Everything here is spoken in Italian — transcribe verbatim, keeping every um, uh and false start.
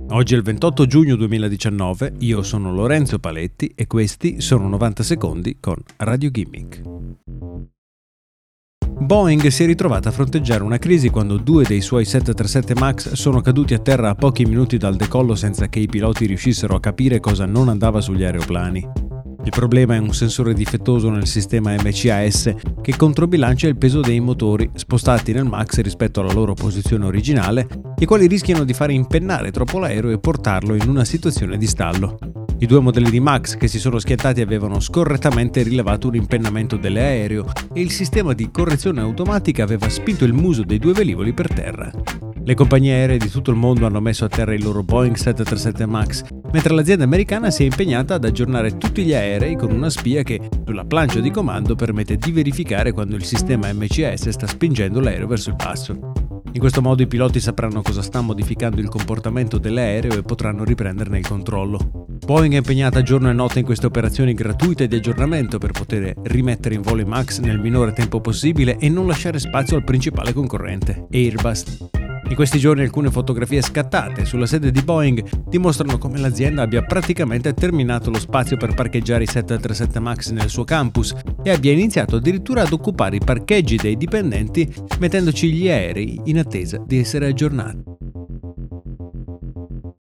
Oggi è il ventotto giugno duemiladiciannove, io sono Lorenzo Paletti e questi sono novanta secondi con Radio Gimmick. Boeing si è ritrovata a fronteggiare una crisi quando due dei suoi sette trentasette MAX sono caduti a terra a pochi minuti dal decollo senza che i piloti riuscissero a capire cosa non andava sugli aeroplani. Il problema è un sensore difettoso nel sistema M C A S che controbilancia il peso dei motori spostati nel MAX rispetto alla loro posizione originale, i quali rischiano di fare impennare troppo l'aereo e portarlo in una situazione di stallo. I due modelli di MAX che si sono schiantati avevano scorrettamente rilevato un impennamento dell'aereo e il sistema di correzione automatica aveva spinto il muso dei due velivoli per terra. Le compagnie aeree di tutto il mondo hanno messo a terra i loro Boeing sette trentasette MAX, mentre l'azienda americana si è impegnata ad aggiornare tutti gli aerei con una spia che, sulla plancia di comando, permette di verificare quando il sistema M C A S sta spingendo l'aereo verso il basso. In questo modo i piloti sapranno cosa sta modificando il comportamento dell'aereo e potranno riprenderne il controllo. Boeing è impegnata giorno e notte in queste operazioni gratuite di aggiornamento per poter rimettere in volo i MAX nel minore tempo possibile e non lasciare spazio al principale concorrente, Airbus. In questi giorni alcune fotografie scattate sulla sede di Boeing dimostrano come l'azienda abbia praticamente terminato lo spazio per parcheggiare i sette trentasette MAX nel suo campus e abbia iniziato addirittura ad occupare i parcheggi dei dipendenti mettendoci gli aerei in attesa di essere aggiornati.